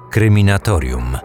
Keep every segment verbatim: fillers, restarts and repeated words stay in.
Kryminatorium.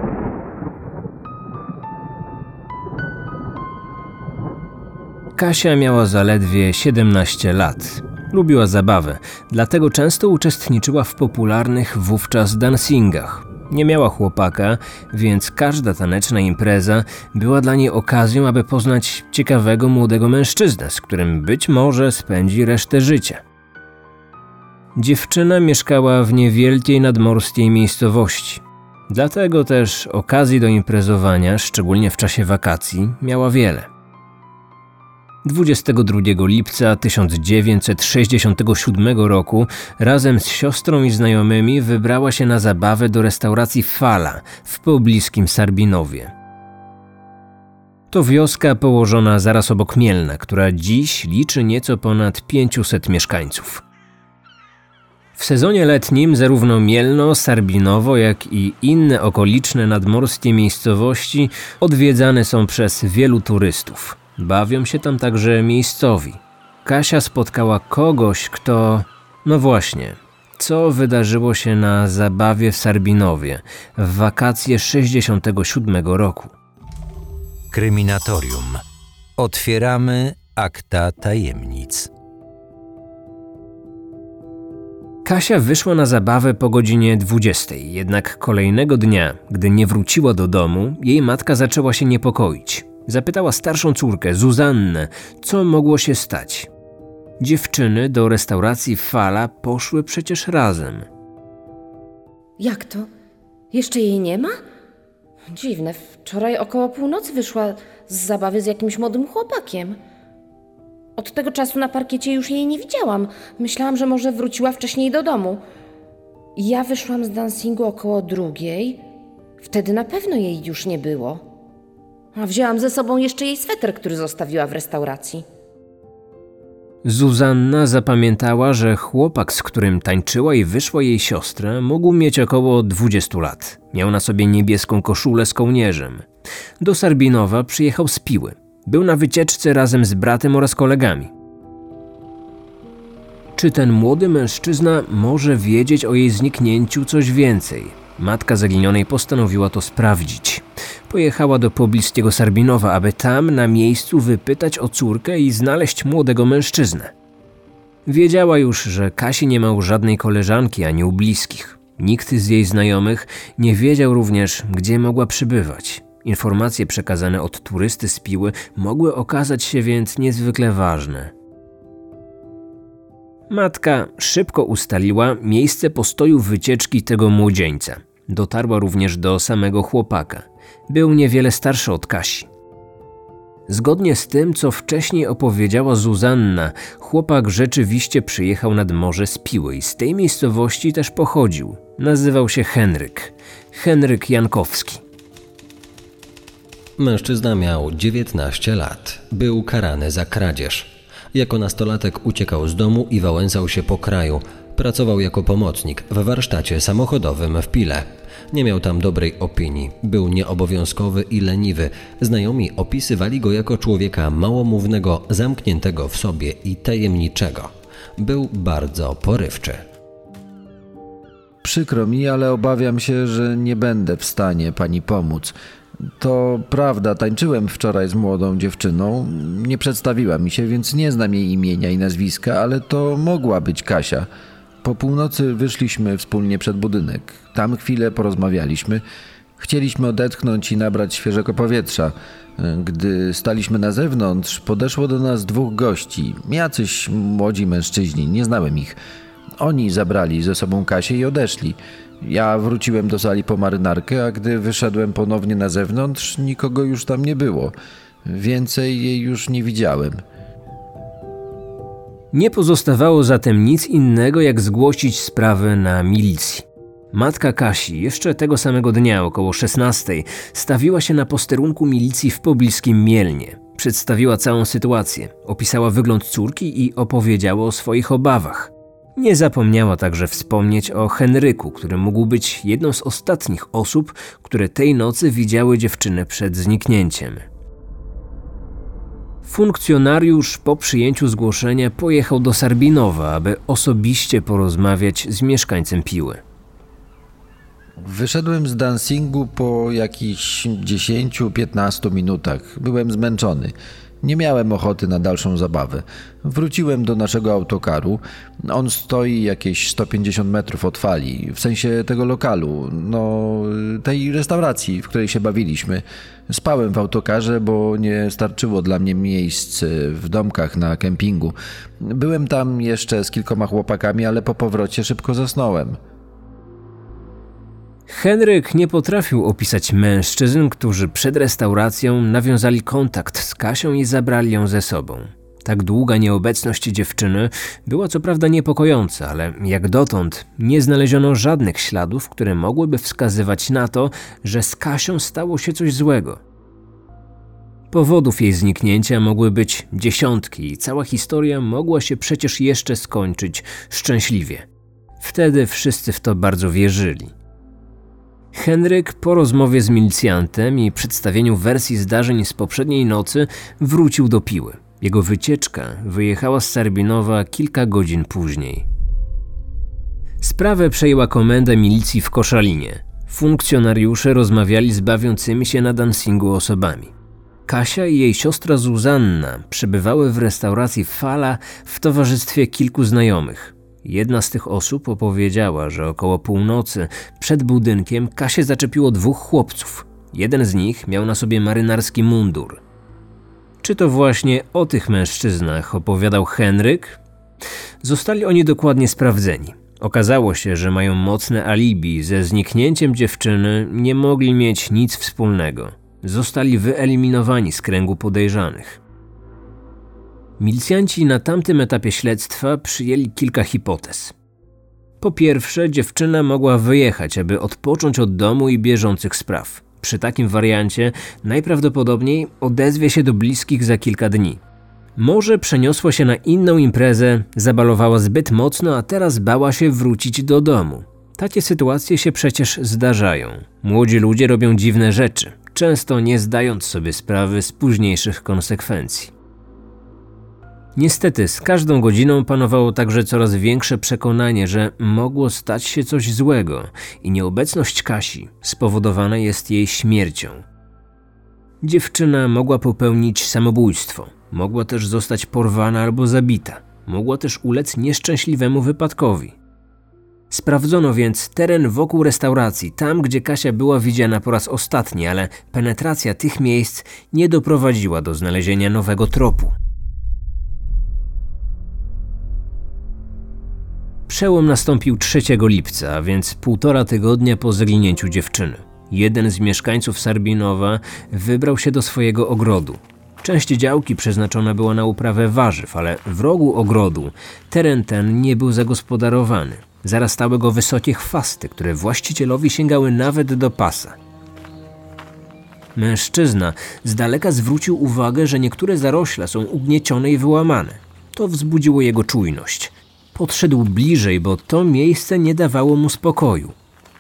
Kasia miała zaledwie siedemnaście lat. Lubiła zabawę, dlatego często uczestniczyła w popularnych wówczas dancingach. Nie miała chłopaka, więc każda taneczna impreza była dla niej okazją, aby poznać ciekawego młodego mężczyznę, z którym być może spędzi resztę życia. Dziewczyna mieszkała w niewielkiej nadmorskiej miejscowości. Dlatego też okazji do imprezowania, szczególnie w czasie wakacji, miała wiele. dwudziestego drugiego lipca tysiąc dziewięćset sześćdziesiątego siódmego roku razem z siostrą i znajomymi wybrała się na zabawę do restauracji Fala w pobliskim Sarbinowie. To wioska położona zaraz obok Mielna, która dziś liczy nieco ponad pięciuset mieszkańców. W sezonie letnim zarówno Mielno, Sarbinowo, jak i inne okoliczne nadmorskie miejscowości odwiedzane są przez wielu turystów. Bawią się tam także miejscowi. Kasia spotkała kogoś, kto... No właśnie, co wydarzyło się na zabawie w Sarbinowie w wakacje sześćdziesiątego siódmego roku. Kryminatorium. Otwieramy akta tajemnic. Kasia wyszła na zabawę po godzinie dwudziestej, jednak kolejnego dnia, gdy nie wróciła do domu, jej matka zaczęła się niepokoić. Zapytała starszą córkę, Zuzannę, co mogło się stać. Dziewczyny do restauracji Fala poszły przecież razem. Jak to? Jeszcze jej nie ma? Dziwne, wczoraj około północy wyszła z zabawy z jakimś młodym chłopakiem. Od tego czasu na parkiecie już jej nie widziałam. Myślałam, że może wróciła wcześniej do domu. Ja wyszłam z dancingu około drugiej. Wtedy na pewno jej już nie było. A wzięłam ze sobą jeszcze jej sweter, który zostawiła w restauracji. Zuzanna zapamiętała, że chłopak, z którym tańczyła i wyszła jej siostra, mógł mieć około dwudziestu lat. Miał na sobie niebieską koszulę z kołnierzem. Do Sarbinowa przyjechał z Piły. Był na wycieczce razem z bratem oraz kolegami. Czy ten młody mężczyzna może wiedzieć o jej zniknięciu coś więcej? Matka zaginionej postanowiła to sprawdzić. Pojechała do pobliskiego Sarbinowa, aby tam na miejscu wypytać o córkę i znaleźć młodego mężczyznę. Wiedziała już, że Kasi nie ma żadnej koleżanki ani u bliskich. Nikt z jej znajomych nie wiedział również, gdzie mogła przybywać. Informacje przekazane od turysty z Piły mogły okazać się więc niezwykle ważne. Matka szybko ustaliła miejsce postoju wycieczki tego młodzieńca. Dotarła również do samego chłopaka. Był niewiele starszy od Kasi. Zgodnie z tym, co wcześniej opowiedziała Zuzanna, chłopak rzeczywiście przyjechał nad morze z Piły i z tej miejscowości też pochodził. Nazywał się Henryk. Henryk Jankowski. Mężczyzna miał dziewiętnaście lat. Był karany za kradzież. Jako nastolatek uciekał z domu i wałęsał się po kraju. Pracował jako pomocnik w warsztacie samochodowym w Pile. Nie miał tam dobrej opinii. Był nieobowiązkowy i leniwy. Znajomi opisywali go jako człowieka małomównego, zamkniętego w sobie i tajemniczego. Był bardzo porywczy. Przykro mi, ale obawiam się, że nie będę w stanie pani pomóc. To prawda, tańczyłem wczoraj z młodą dziewczyną. Nie przedstawiła mi się, więc nie znam jej imienia i nazwiska, ale to mogła być Kasia. Po północy wyszliśmy wspólnie przed budynek. Tam chwilę porozmawialiśmy. Chcieliśmy odetchnąć i nabrać świeżego powietrza. Gdy staliśmy na zewnątrz, podeszło do nas dwóch gości. Jacyś młodzi mężczyźni, nie znałem ich. Oni zabrali ze sobą Kasię i odeszli. Ja wróciłem do sali po marynarkę, a gdy wyszedłem ponownie na zewnątrz, nikogo już tam nie było. Więcej jej już nie widziałem. Nie pozostawało zatem nic innego, jak zgłosić sprawę na milicji. Matka Kasi jeszcze tego samego dnia około szesnastej stawiła się na posterunku milicji w pobliskim Mielnie. Przedstawiła całą sytuację, opisała wygląd córki i opowiedziała o swoich obawach. Nie zapomniała także wspomnieć o Henryku, który mógł być jedną z ostatnich osób, które tej nocy widziały dziewczynę przed zniknięciem. Funkcjonariusz po przyjęciu zgłoszenia pojechał do Sarbinowa, aby osobiście porozmawiać z mieszkańcem Piły. Wyszedłem z dancingu po jakichś dziesięciu piętnastu minutach. Byłem zmęczony. Nie miałem ochoty na dalszą zabawę. Wróciłem do naszego autokaru. On stoi jakieś sto pięćdziesiąt metrów od fali, w sensie tego lokalu, no tej restauracji, w której się bawiliśmy. Spałem w autokarze, bo nie starczyło dla mnie miejsc w domkach na kempingu. Byłem tam jeszcze z kilkoma chłopakami, ale po powrocie szybko zasnąłem. Henryk nie potrafił opisać mężczyzn, którzy przed restauracją nawiązali kontakt z Kasią i zabrali ją ze sobą. Tak długa nieobecność dziewczyny była co prawda niepokojąca, ale jak dotąd nie znaleziono żadnych śladów, które mogłyby wskazywać na to, że z Kasią stało się coś złego. Powodów jej zniknięcia mogły być dziesiątki i cała historia mogła się przecież jeszcze skończyć szczęśliwie. Wtedy wszyscy w to bardzo wierzyli. Henryk po rozmowie z milicjantem i przedstawieniu wersji zdarzeń z poprzedniej nocy wrócił do Piły. Jego wycieczka wyjechała z Sarbinowa kilka godzin później. Sprawę przejęła komenda milicji w Koszalinie. Funkcjonariusze rozmawiali z bawiącymi się na dancingu osobami. Kasia i jej siostra Zuzanna przebywały w restauracji Fala w towarzystwie kilku znajomych. Jedna z tych osób opowiedziała, że około północy przed budynkiem Kasię zaczepiło dwóch chłopców. Jeden z nich miał na sobie marynarski mundur. Czy to właśnie o tych mężczyznach opowiadał Henryk? Zostali oni dokładnie sprawdzeni. Okazało się, że mają mocne alibi, ze zniknięciem dziewczyny nie mogli mieć nic wspólnego. Zostali wyeliminowani z kręgu podejrzanych. Milicjanci na tamtym etapie śledztwa przyjęli kilka hipotez. Po pierwsze, dziewczyna mogła wyjechać, aby odpocząć od domu i bieżących spraw. Przy takim wariancie najprawdopodobniej odezwie się do bliskich za kilka dni. Może przeniosła się na inną imprezę, zabalowała zbyt mocno, a teraz bała się wrócić do domu. Takie sytuacje się przecież zdarzają. Młodzi ludzie robią dziwne rzeczy, często nie zdając sobie sprawy z późniejszych konsekwencji. Niestety z każdą godziną panowało także coraz większe przekonanie, że mogło stać się coś złego i nieobecność Kasi spowodowana jest jej śmiercią. Dziewczyna mogła popełnić samobójstwo, mogła też zostać porwana albo zabita, mogła też ulec nieszczęśliwemu wypadkowi. Sprawdzono więc teren wokół restauracji, tam gdzie Kasia była widziana po raz ostatni, ale penetracja tych miejsc nie doprowadziła do znalezienia nowego tropu. Przełom nastąpił trzeciego lipca, a więc półtora tygodnia po zaginięciu dziewczyny. Jeden z mieszkańców Sarbinowa wybrał się do swojego ogrodu. Część działki przeznaczona była na uprawę warzyw, ale w rogu ogrodu teren ten nie był zagospodarowany. Zarastały go wysokie chwasty, które właścicielowi sięgały nawet do pasa. Mężczyzna z daleka zwrócił uwagę, że niektóre zarośla są ugniecione i wyłamane. To wzbudziło jego czujność. Podszedł bliżej, bo to miejsce nie dawało mu spokoju.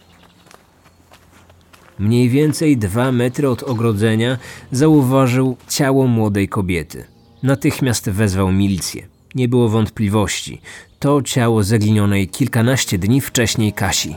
Mniej więcej dwa metry od ogrodzenia zauważył ciało młodej kobiety. Natychmiast wezwał milicję. Nie było wątpliwości. To ciało zaginionej kilkanaście dni wcześniej Kasi.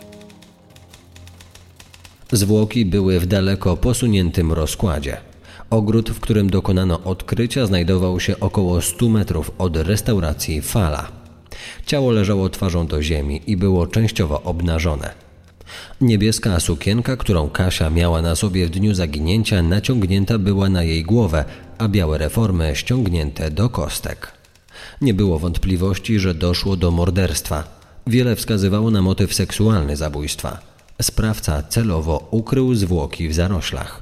Zwłoki były w daleko posuniętym rozkładzie. Ogród, w którym dokonano odkrycia, znajdował się około stu metrów od restauracji Fala. Ciało leżało twarzą do ziemi i było częściowo obnażone. Niebieska sukienka, którą Kasia miała na sobie w dniu zaginięcia, naciągnięta była na jej głowę, a białe reformy ściągnięte do kostek. Nie było wątpliwości, że doszło do morderstwa. Wiele wskazywało na motyw seksualny zabójstwa. Sprawca celowo ukrył zwłoki w zaroślach.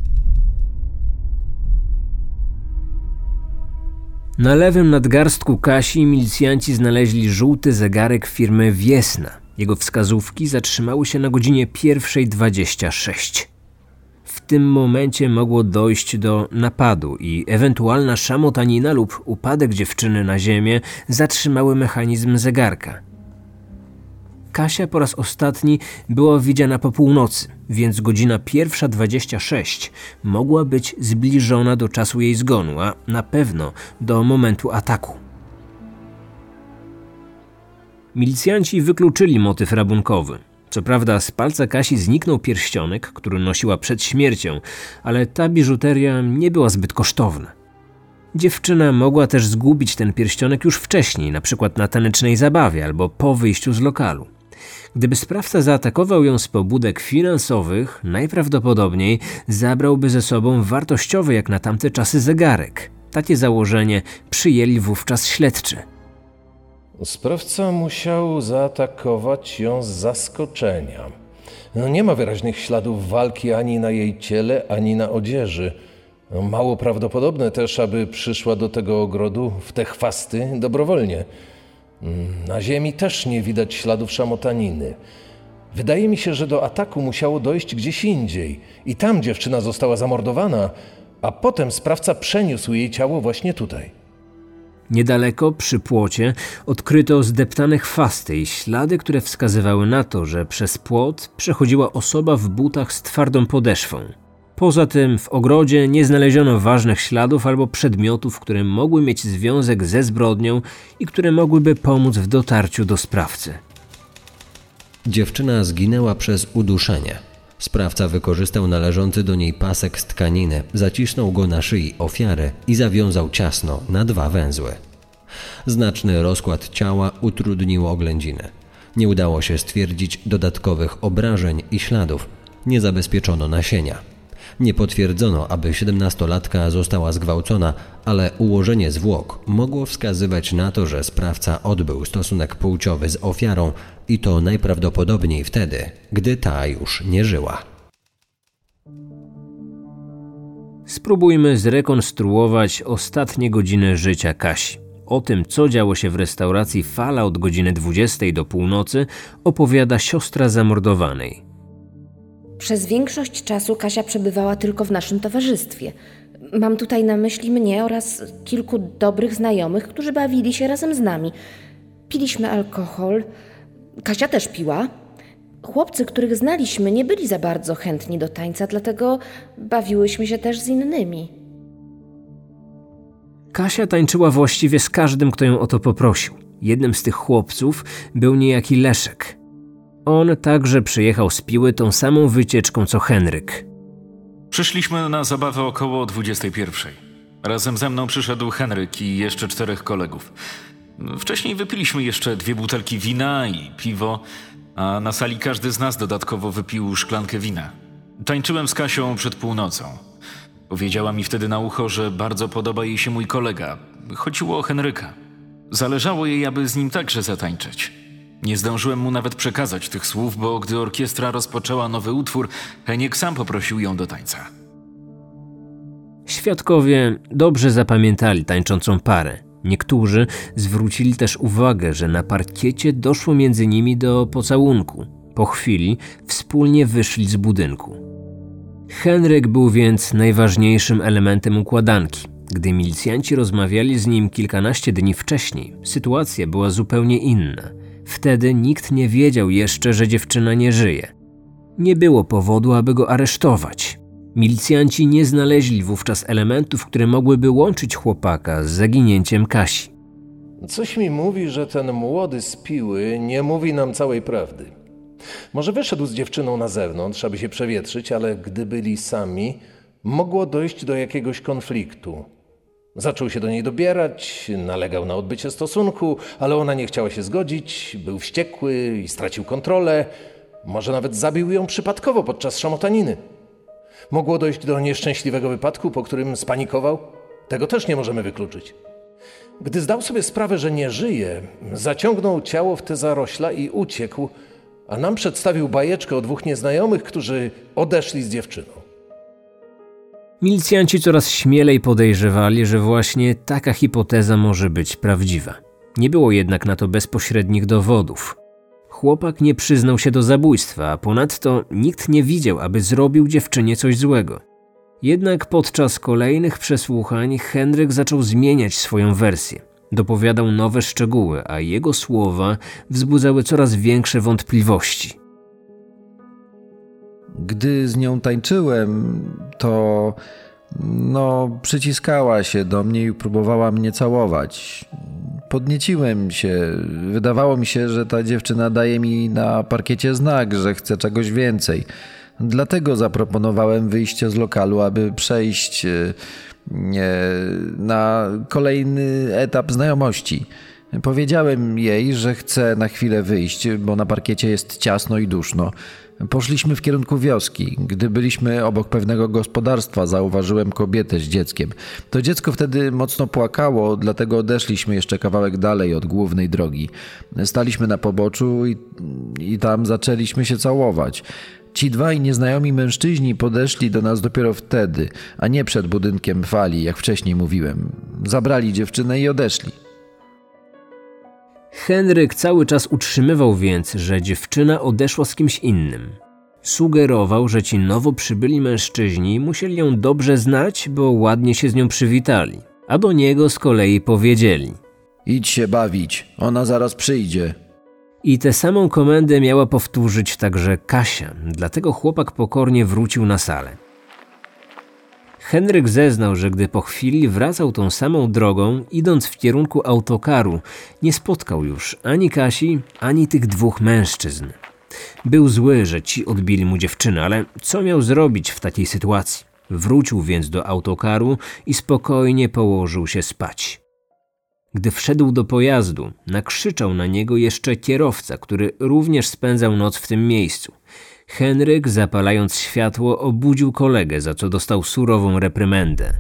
Na lewym nadgarstku Kasi milicjanci znaleźli żółty zegarek firmy Wiesna. Jego wskazówki zatrzymały się na godzinie pierwszej dwadzieścia sześć. W tym momencie mogło dojść do napadu i ewentualna szamotanina lub upadek dziewczyny na ziemię zatrzymały mechanizm zegarka. Kasia po raz ostatni była widziana po północy, więc godzina pierwsza dwadzieścia sześć mogła być zbliżona do czasu jej zgonu, a na pewno do momentu ataku. Milicjanci wykluczyli motyw rabunkowy. Co prawda z palca Kasi zniknął pierścionek, który nosiła przed śmiercią, ale ta biżuteria nie była zbyt kosztowna. Dziewczyna mogła też zgubić ten pierścionek już wcześniej, na przykład na tanecznej zabawie albo po wyjściu z lokalu. Gdyby sprawca zaatakował ją z pobudek finansowych, najprawdopodobniej zabrałby ze sobą wartościowy jak na tamte czasy zegarek. Takie założenie przyjęli wówczas śledczy. Sprawca musiał zaatakować ją z zaskoczenia. No, nie ma wyraźnych śladów walki ani na jej ciele, ani na odzieży. No, mało prawdopodobne też, aby przyszła do tego ogrodu w te chwasty dobrowolnie. Na ziemi też nie widać śladów szamotaniny. Wydaje mi się, że do ataku musiało dojść gdzieś indziej i tam dziewczyna została zamordowana, a potem sprawca przeniósł jej ciało właśnie tutaj. Niedaleko, przy płocie, odkryto zdeptane chwasty i ślady, które wskazywały na to, że przez płot przechodziła osoba w butach z twardą podeszwą. Poza tym w ogrodzie nie znaleziono ważnych śladów albo przedmiotów, które mogły mieć związek ze zbrodnią i które mogłyby pomóc w dotarciu do sprawcy. Dziewczyna zginęła przez uduszenie. Sprawca wykorzystał należący do niej pasek z tkaniny, zacisnął go na szyi ofiary i zawiązał ciasno na dwa węzły. Znaczny rozkład ciała utrudnił oględziny. Nie udało się stwierdzić dodatkowych obrażeń i śladów. Nie zabezpieczono nasienia. Nie potwierdzono, aby siedemnastolatka została zgwałcona, ale ułożenie zwłok mogło wskazywać na to, że sprawca odbył stosunek płciowy z ofiarą i to najprawdopodobniej wtedy, gdy ta już nie żyła. Spróbujmy zrekonstruować ostatnie godziny życia Kasi. O tym, co działo się w restauracji Fala od godziny dwudziestej do północy, opowiada siostra zamordowanej. Przez większość czasu Kasia przebywała tylko w naszym towarzystwie. Mam tutaj na myśli mnie oraz kilku dobrych znajomych, którzy bawili się razem z nami. Piliśmy alkohol. Kasia też piła. Chłopcy, których znaliśmy, nie byli za bardzo chętni do tańca, dlatego bawiłyśmy się też z innymi. Kasia tańczyła właściwie z każdym, kto ją o to poprosił. Jednym z tych chłopców był niejaki Leszek. On także przyjechał z Piły tą samą wycieczką co Henryk. Przyszliśmy na zabawę około dwudziestej pierwszej. Razem ze mną przyszedł Henryk i jeszcze czterech kolegów. Wcześniej wypiliśmy jeszcze dwie butelki wina i piwo, a na sali każdy z nas dodatkowo wypił szklankę wina. Tańczyłem z Kasią przed północą. Powiedziała mi wtedy na ucho, że bardzo podoba jej się mój kolega. Chodziło o Henryka. Zależało jej, aby z nim także zatańczyć. Nie zdążyłem mu nawet przekazać tych słów, bo gdy orkiestra rozpoczęła nowy utwór, Heniek sam poprosił ją do tańca. Świadkowie dobrze zapamiętali tańczącą parę. Niektórzy zwrócili też uwagę, że na parkiecie doszło między nimi do pocałunku. Po chwili wspólnie wyszli z budynku. Henryk był więc najważniejszym elementem układanki. Gdy milicjanci rozmawiali z nim kilkanaście dni wcześniej, sytuacja była zupełnie inna. Wtedy nikt nie wiedział jeszcze, że dziewczyna nie żyje. Nie było powodu, aby go aresztować. Milicjanci nie znaleźli wówczas elementów, które mogłyby łączyć chłopaka z zaginięciem Kasi. Coś mi mówi, że ten młody z Piły nie mówi nam całej prawdy. Może wyszedł z dziewczyną na zewnątrz, aby się przewietrzyć, ale gdy byli sami, mogło dojść do jakiegoś konfliktu. Zaczął się do niej dobierać, nalegał na odbycie stosunku, ale ona nie chciała się zgodzić, był wściekły i stracił kontrolę. Może nawet zabił ją przypadkowo podczas szamotaniny. Mogło dojść do nieszczęśliwego wypadku, po którym spanikował? Tego też nie możemy wykluczyć. Gdy zdał sobie sprawę, że nie żyje, zaciągnął ciało w te zarośla i uciekł, a nam przedstawił bajeczkę o dwóch nieznajomych, którzy odeszli z dziewczyną. Milicjanci coraz śmielej podejrzewali, że właśnie taka hipoteza może być prawdziwa. Nie było jednak na to bezpośrednich dowodów. Chłopak nie przyznał się do zabójstwa, a ponadto nikt nie widział, aby zrobił dziewczynie coś złego. Jednak podczas kolejnych przesłuchań Henryk zaczął zmieniać swoją wersję. Dopowiadał nowe szczegóły, a jego słowa wzbudzały coraz większe wątpliwości. Gdy z nią tańczyłem, to no, przyciskała się do mnie i próbowała mnie całować. podnieciłem się. Wydawało mi się, że ta dziewczyna daje mi na parkiecie znak, że chce czegoś więcej. Dlatego zaproponowałem wyjście z lokalu, aby przejść e, na kolejny etap znajomości. Powiedziałem jej, że chcę na chwilę wyjść, bo na parkiecie jest ciasno i duszno. Poszliśmy w kierunku wioski. Gdy byliśmy obok pewnego gospodarstwa, zauważyłem kobietę z dzieckiem. To dziecko wtedy mocno płakało, dlatego odeszliśmy jeszcze kawałek dalej od głównej drogi. Staliśmy na poboczu i, i tam zaczęliśmy się całować. Ci dwaj nieznajomi mężczyźni podeszli do nas dopiero wtedy, a nie przed budynkiem Fali, jak wcześniej mówiłem. Zabrali dziewczynę i odeszli. Henryk cały czas utrzymywał więc, że dziewczyna odeszła z kimś innym. Sugerował, że ci nowo przybyli mężczyźni musieli ją dobrze znać, bo ładnie się z nią przywitali, a do niego z kolei powiedzieli: idź się bawić, ona zaraz przyjdzie. I tę samą komendę miała powtórzyć także Kasia, dlatego chłopak pokornie wrócił na salę. Henryk zeznał, że gdy po chwili wracał tą samą drogą, idąc w kierunku autokaru, nie spotkał już ani Kasi, ani tych dwóch mężczyzn. Był zły, że ci odbili mu dziewczynę, ale co miał zrobić w takiej sytuacji? Wrócił więc do autokaru i spokojnie położył się spać. Gdy wszedł do pojazdu, nakrzyczał na niego jeszcze kierowca, który również spędzał noc w tym miejscu. Henryk, zapalając światło, obudził kolegę, za co dostał surową reprymendę.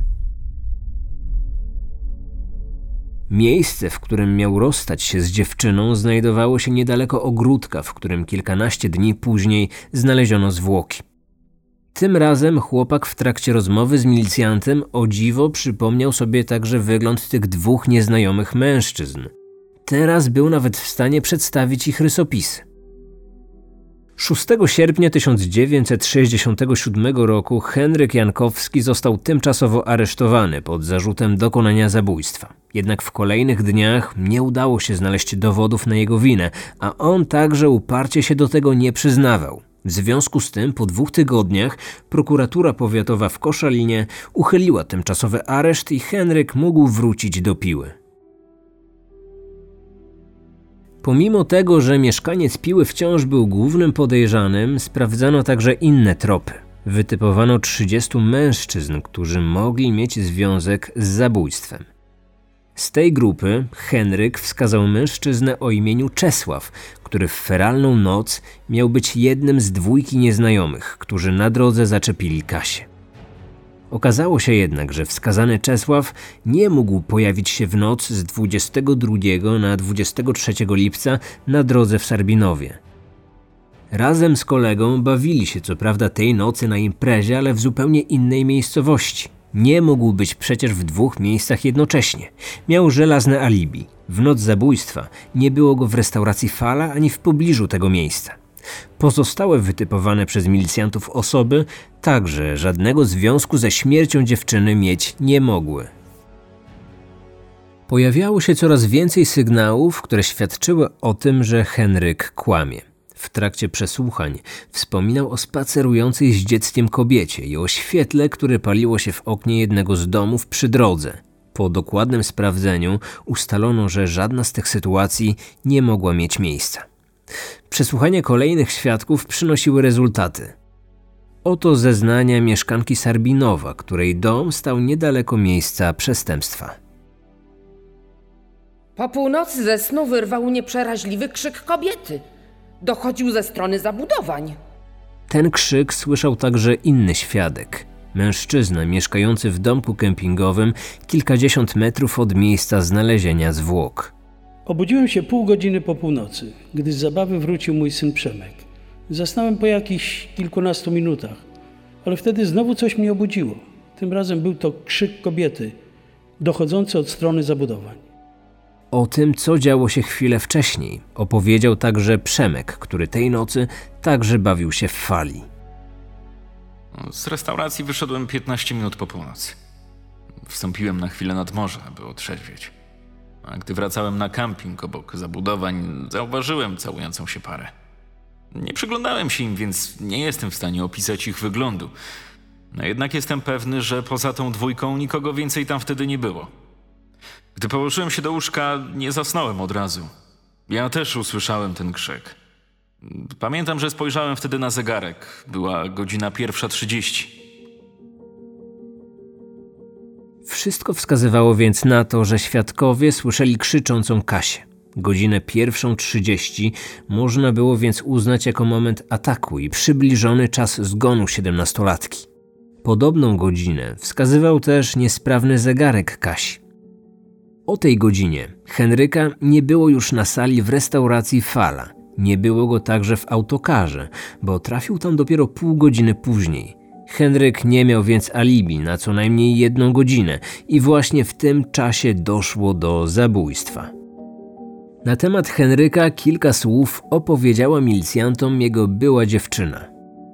Miejsce, w którym miał rozstać się z dziewczyną, znajdowało się niedaleko ogródka, w którym kilkanaście dni później znaleziono zwłoki. Tym razem chłopak w trakcie rozmowy z milicjantem o dziwo przypomniał sobie także wygląd tych dwóch nieznajomych mężczyzn. Teraz był nawet w stanie przedstawić ich rysopisy. szóstego sierpnia tysiąc dziewięćset sześćdziesiątego siódmego roku Henryk Jankowski został tymczasowo aresztowany pod zarzutem dokonania zabójstwa. Jednak w kolejnych dniach nie udało się znaleźć dowodów na jego winę, a on także uparcie się do tego nie przyznawał. W związku z tym po dwóch tygodniach prokuratura powiatowa w Koszalinie uchyliła tymczasowy areszt i Henryk mógł wrócić do Piły. Pomimo tego, że mieszkaniec Piły wciąż był głównym podejrzanym, sprawdzano także inne tropy. Wytypowano trzydziestu mężczyzn, którzy mogli mieć związek z zabójstwem. Z tej grupy Henryk wskazał mężczyznę o imieniu Czesław, który w feralną noc miał być jednym z dwójki nieznajomych, którzy na drodze zaczepili Kasię. Okazało się jednak, że wskazany Czesław nie mógł pojawić się w noc z dwudziestego drugiego na dwudziestego trzeciego lipca na drodze w Sarbinowie. Razem z kolegą bawili się co prawda tej nocy na imprezie, ale w zupełnie innej miejscowości. Nie mógł być przecież w dwóch miejscach jednocześnie. Miał żelazne alibi. W noc zabójstwa nie było go w restauracji Fala ani w pobliżu tego miejsca. Pozostałe wytypowane przez milicjantów osoby także żadnego związku ze śmiercią dziewczyny mieć nie mogły. Pojawiało się coraz więcej sygnałów, które świadczyły o tym, że Henryk kłamie. W trakcie przesłuchań wspominał o spacerującej z dzieckiem kobiecie i o świetle, które paliło się w oknie jednego z domów przy drodze. Po dokładnym sprawdzeniu ustalono, że żadna z tych sytuacji nie mogła mieć miejsca. Przesłuchania kolejnych świadków przynosiły rezultaty. Oto zeznania mieszkanki Sarbinowa, której dom stał niedaleko miejsca przestępstwa. Po północy ze snu wyrwał mnie przeraźliwy krzyk kobiety. Dochodził ze strony zabudowań. Ten krzyk słyszał także inny świadek. Mężczyzna mieszkający w domku kempingowym kilkadziesiąt metrów od miejsca znalezienia zwłok. Obudziłem się pół godziny po północy, gdy z zabawy wrócił mój syn Przemek. Zasnąłem po jakichś kilkunastu minutach, ale wtedy znowu coś mnie obudziło. Tym razem był to krzyk kobiety, dochodzący od strony zabudowań. O tym, co działo się chwilę wcześniej, opowiedział także Przemek, który tej nocy także bawił się w Fali. Z restauracji wyszedłem piętnaście minut po północy. Wstąpiłem na chwilę nad morze, aby otrzeźwieć. A gdy wracałem na kamping obok zabudowań, zauważyłem całującą się parę. Nie przyglądałem się im, więc nie jestem w stanie opisać ich wyglądu. No jednak jestem pewny, że poza tą dwójką nikogo więcej tam wtedy nie było. Gdy położyłem się do łóżka, nie zasnąłem od razu. Ja też usłyszałem ten krzyk. Pamiętam, że spojrzałem wtedy na zegarek. Była godzina pierwsza trzydzieści. Wszystko wskazywało więc na to, że świadkowie słyszeli krzyczącą Kasię. Godzinę pierwszą trzydzieści można było więc uznać jako moment ataku i przybliżony czas zgonu siedemnastolatki. Podobną godzinę wskazywał też niesprawny zegarek Kasi. O tej godzinie Henryka nie było już na sali w restauracji Fala. Nie było go także w autokarze, bo trafił tam dopiero pół godziny później. Henryk nie miał więc alibi na co najmniej jedną godzinę i właśnie w tym czasie doszło do zabójstwa. Na temat Henryka kilka słów opowiedziała milicjantom jego była dziewczyna.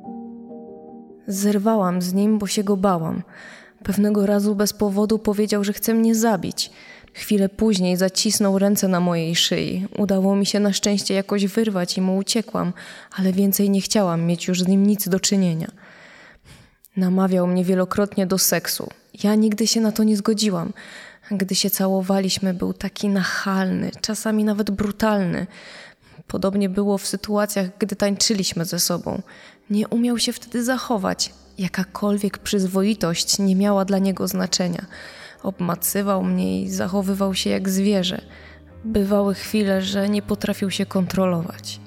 Zerwałam z nim, bo się go bałam. Pewnego razu bez powodu powiedział, że chce mnie zabić. Chwilę później zacisnął ręce na mojej szyi. Udało mi się na szczęście jakoś wyrwać i mu uciekłam, ale więcej nie chciałam mieć już z nim nic do czynienia. Namawiał mnie wielokrotnie do seksu. Ja nigdy się na to nie zgodziłam. Gdy się całowaliśmy, był taki nachalny, czasami nawet brutalny. Podobnie było w sytuacjach, gdy tańczyliśmy ze sobą. Nie umiał się wtedy zachować. Jakakolwiek przyzwoitość nie miała dla niego znaczenia. Obmacywał mnie i zachowywał się jak zwierzę. Bywały chwile, że nie potrafił się kontrolować.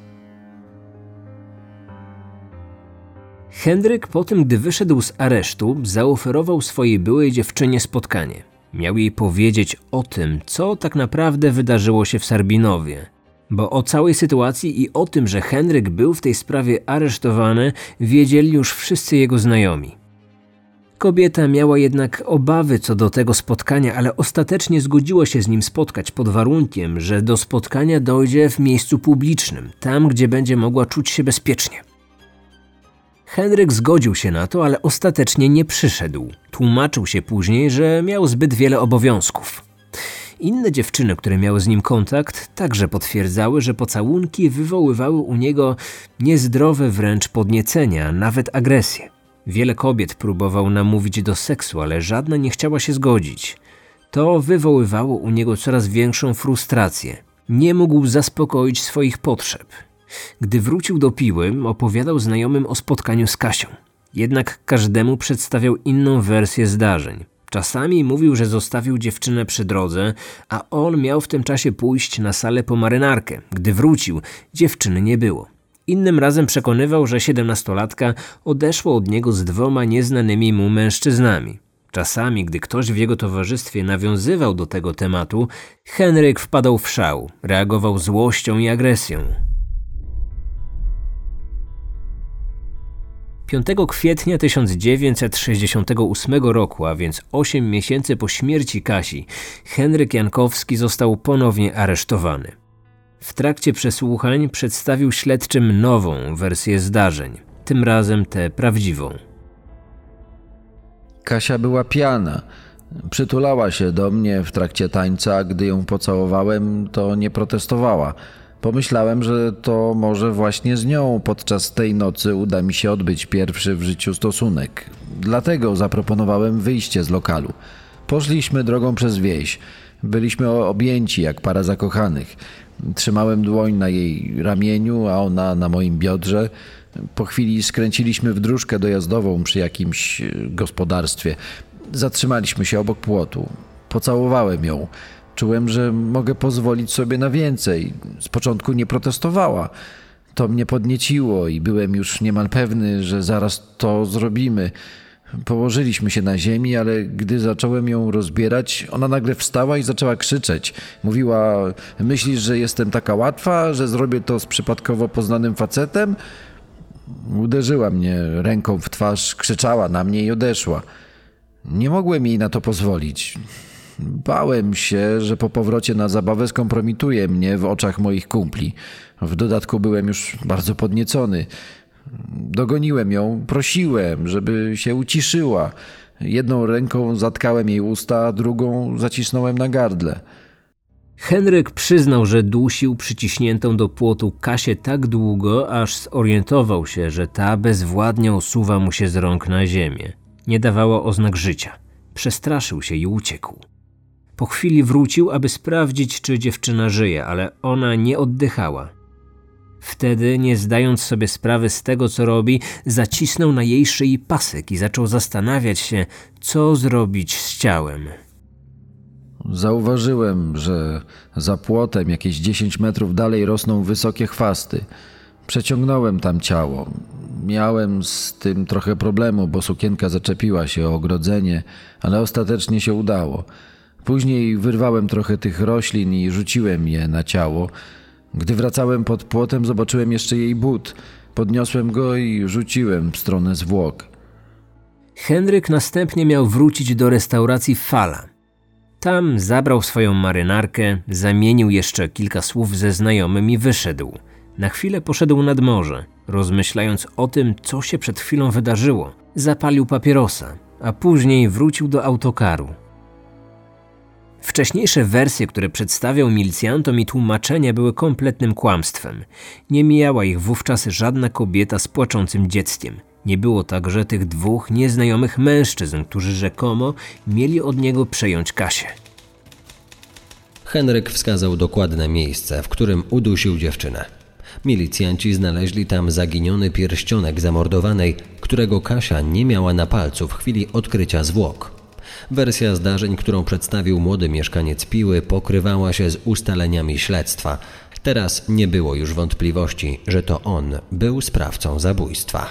Henryk po tym, gdy wyszedł z aresztu, zaoferował swojej byłej dziewczynie spotkanie. Miał jej powiedzieć o tym, co tak naprawdę wydarzyło się w Sarbinowie. Bo o całej sytuacji i o tym, że Henryk był w tej sprawie aresztowany, wiedzieli już wszyscy jego znajomi. Kobieta miała jednak obawy co do tego spotkania, ale ostatecznie zgodziła się z nim spotkać pod warunkiem, że do spotkania dojdzie w miejscu publicznym, tam gdzie będzie mogła czuć się bezpiecznie. Henryk zgodził się na to, ale ostatecznie nie przyszedł. Tłumaczył się później, że miał zbyt wiele obowiązków. Inne dziewczyny, które miały z nim kontakt, także potwierdzały, że pocałunki wywoływały u niego niezdrowe wręcz podniecenia, nawet agresję. Wiele kobiet próbował namówić do seksu, ale żadna nie chciała się zgodzić. To wywoływało u niego coraz większą frustrację. Nie mógł zaspokoić swoich potrzeb. Gdy wrócił do Piły, opowiadał znajomym o spotkaniu z Kasią. Jednak każdemu przedstawiał inną wersję zdarzeń. Czasami mówił, że zostawił dziewczynę przy drodze, a on miał w tym czasie pójść na salę po marynarkę. Gdy wrócił, dziewczyny nie było. Innym razem przekonywał, że siedemnastolatka odeszła od niego z dwoma nieznanymi mu mężczyznami. Czasami, gdy ktoś w jego towarzystwie nawiązywał do tego tematu, Henryk wpadał w szał, reagował złością i agresją. piątego kwietnia tysiąc dziewięćset sześćdziesiątego ósmego roku, a więc osiem miesięcy po śmierci Kasi, Henryk Jankowski został ponownie aresztowany. W trakcie przesłuchań przedstawił śledczym nową wersję zdarzeń, tym razem tę prawdziwą. Kasia była pijana. Przytulała się do mnie w trakcie tańca, a gdy ją pocałowałem, to nie protestowała. Pomyślałem, że to może właśnie z nią podczas tej nocy uda mi się odbyć pierwszy w życiu stosunek. Dlatego zaproponowałem wyjście z lokalu. Poszliśmy drogą przez wieś. Byliśmy objęci jak para zakochanych. Trzymałem dłoń na jej ramieniu, a ona na moim biodrze. Po chwili skręciliśmy w dróżkę dojazdową przy jakimś gospodarstwie. Zatrzymaliśmy się obok płotu. Pocałowałem ją. Czułem, że mogę pozwolić sobie na więcej. Z początku nie protestowała. To mnie podnieciło i byłem już niemal pewny, że zaraz to zrobimy. Położyliśmy się na ziemi, ale gdy zacząłem ją rozbierać, ona nagle wstała i zaczęła krzyczeć. Mówiła: myślisz, że jestem taka łatwa, że zrobię to z przypadkowo poznanym facetem? Uderzyła mnie ręką w twarz, krzyczała na mnie i odeszła. Nie mogłem jej na to pozwolić. Bałem się, że po powrocie na zabawę skompromituje mnie w oczach moich kumpli. W dodatku byłem już bardzo podniecony. Dogoniłem ją, prosiłem, żeby się uciszyła. Jedną ręką zatkałem jej usta, a drugą zacisnąłem na gardle. Henryk przyznał, że dusił przyciśniętą do płotu Kasię tak długo, aż zorientował się, że ta bezwładnie osuwa mu się z rąk na ziemię. Nie dawała oznak życia. Przestraszył się i uciekł. Po chwili wrócił, aby sprawdzić, czy dziewczyna żyje, ale ona nie oddychała. Wtedy, nie zdając sobie sprawy z tego, co robi, zacisnął na jej szyi pasek i zaczął zastanawiać się, co zrobić z ciałem. Zauważyłem, że za płotem jakieś dziesięć metrów dalej rosną wysokie chwasty. Przeciągnąłem tam ciało. Miałem z tym trochę problemu, bo sukienka zaczepiła się o ogrodzenie, ale ostatecznie się udało. Później wyrwałem trochę tych roślin i rzuciłem je na ciało. Gdy wracałem pod płotem, zobaczyłem jeszcze jej but. Podniosłem go i rzuciłem w stronę zwłok. Henryk następnie miał wrócić do restauracji Fala. Tam zabrał swoją marynarkę, zamienił jeszcze kilka słów ze znajomym i wyszedł. Na chwilę poszedł nad morze, rozmyślając o tym, co się przed chwilą wydarzyło. Zapalił papierosa, a później wrócił do autokaru. Wcześniejsze wersje, które przedstawiał milicjantom i tłumaczenia, były kompletnym kłamstwem. Nie mijała ich wówczas żadna kobieta z płaczącym dzieckiem. Nie było także tych dwóch nieznajomych mężczyzn, którzy rzekomo mieli od niego przejąć Kasię. Henryk wskazał dokładne miejsce, w którym udusił dziewczynę. Milicjanci znaleźli tam zaginiony pierścionek zamordowanej, którego Kasia nie miała na palcu w chwili odkrycia zwłok. Wersja zdarzeń, którą przedstawił młody mieszkaniec Piły, pokrywała się z ustaleniami śledztwa. Teraz nie było już wątpliwości, że to on był sprawcą zabójstwa.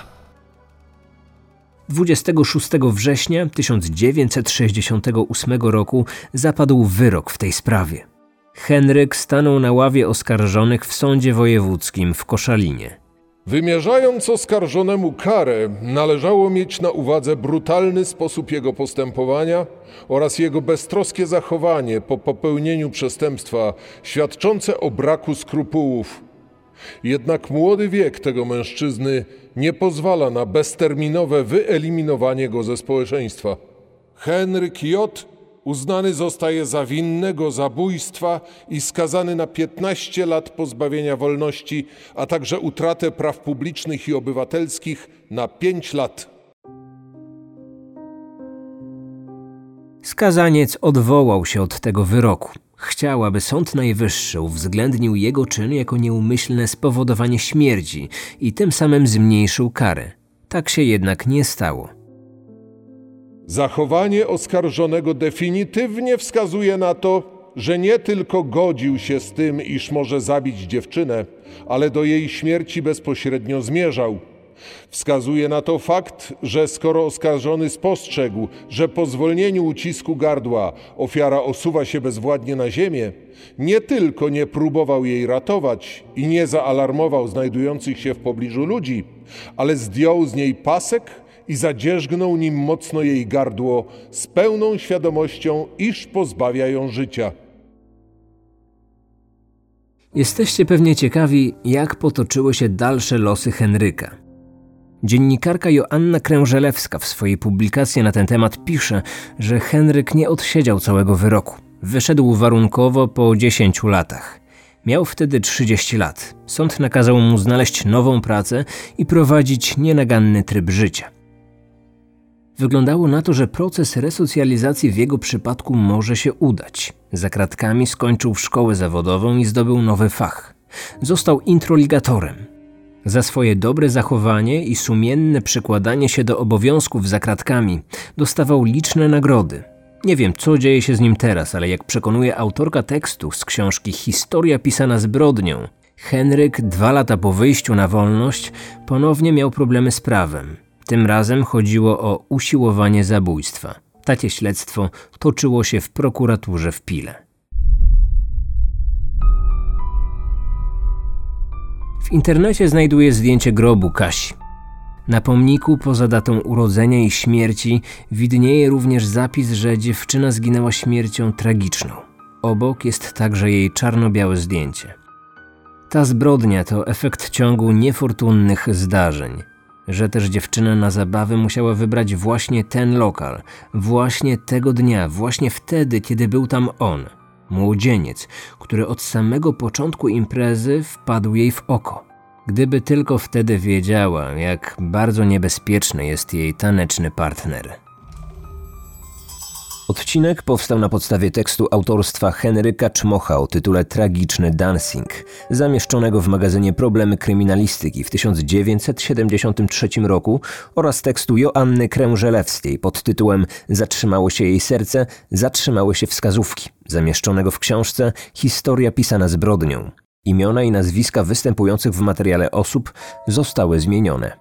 dwudziestego szóstego września tysiąc dziewięćset sześćdziesiątego ósmego roku zapadł wyrok w tej sprawie. Henryk stanął na ławie oskarżonych w sądzie wojewódzkim w Koszalinie. Wymierzając oskarżonemu karę, należało mieć na uwadze brutalny sposób jego postępowania oraz jego beztroskie zachowanie po popełnieniu przestępstwa, świadczące o braku skrupułów. Jednak młody wiek tego mężczyzny nie pozwala na bezterminowe wyeliminowanie go ze społeczeństwa. Henryk J. uznany zostaje za winnego zabójstwa i skazany na piętnaście lat pozbawienia wolności, a także utratę praw publicznych i obywatelskich na pięć lat. Skazaniec odwołał się od tego wyroku. Chciał, aby Sąd Najwyższy uwzględnił jego czyn jako nieumyślne spowodowanie śmierci i tym samym zmniejszył karę. Tak się jednak nie stało. Zachowanie oskarżonego definitywnie wskazuje na to, że nie tylko godził się z tym, iż może zabić dziewczynę, ale do jej śmierci bezpośrednio zmierzał. Wskazuje na to fakt, że skoro oskarżony spostrzegł, że po zwolnieniu ucisku gardła ofiara osuwa się bezwładnie na ziemię, nie tylko nie próbował jej ratować i nie zaalarmował znajdujących się w pobliżu ludzi, ale zdjął z niej pasek i zadzierzgnął nim mocno jej gardło z pełną świadomością, iż pozbawia ją życia. Jesteście pewnie ciekawi, jak potoczyły się dalsze losy Henryka. Dziennikarka Joanna Krężelewska w swojej publikacji na ten temat pisze, że Henryk nie odsiedział całego wyroku. Wyszedł warunkowo po dziesięciu latach. Miał wtedy trzydzieści lat. Sąd nakazał mu znaleźć nową pracę i prowadzić nienaganny tryb życia. Wyglądało na to, że proces resocjalizacji w jego przypadku może się udać. Za kratkami skończył szkołę zawodową i zdobył nowy fach. Został introligatorem. Za swoje dobre zachowanie i sumienne przykładanie się do obowiązków za kratkami dostawał liczne nagrody. Nie wiem, co dzieje się z nim teraz, ale jak przekonuje autorka tekstu z książki Historia pisana zbrodnią, Henryk dwa lata po wyjściu na wolność ponownie miał problemy z prawem. Tym razem chodziło o usiłowanie zabójstwa. Takie śledztwo toczyło się w prokuraturze w Pile. W internecie znajduję zdjęcie grobu Kasi. Na pomniku poza datą urodzenia i śmierci widnieje również zapis, że dziewczyna zginęła śmiercią tragiczną. Obok jest także jej czarno-białe zdjęcie. Ta zbrodnia to efekt ciągu niefortunnych zdarzeń. Że też dziewczyna na zabawę musiała wybrać właśnie ten lokal, właśnie tego dnia, właśnie wtedy, kiedy był tam on. Młodzieniec, który od samego początku imprezy wpadł jej w oko. Gdyby tylko wtedy wiedziała, jak bardzo niebezpieczny jest jej taneczny partner. Odcinek powstał na podstawie tekstu autorstwa Henryka Czmocha o tytule Tragiczny dancing, zamieszczonego w magazynie Problemy kryminalistyki w tysiąc dziewięćset siedemdziesiątym trzecim roku oraz tekstu Joanny Krężelewskiej pod tytułem Zatrzymało się jej serce, zatrzymały się wskazówki, zamieszczonego w książce Historia pisana zbrodnią. Imiona i nazwiska występujących w materiale osób zostały zmienione.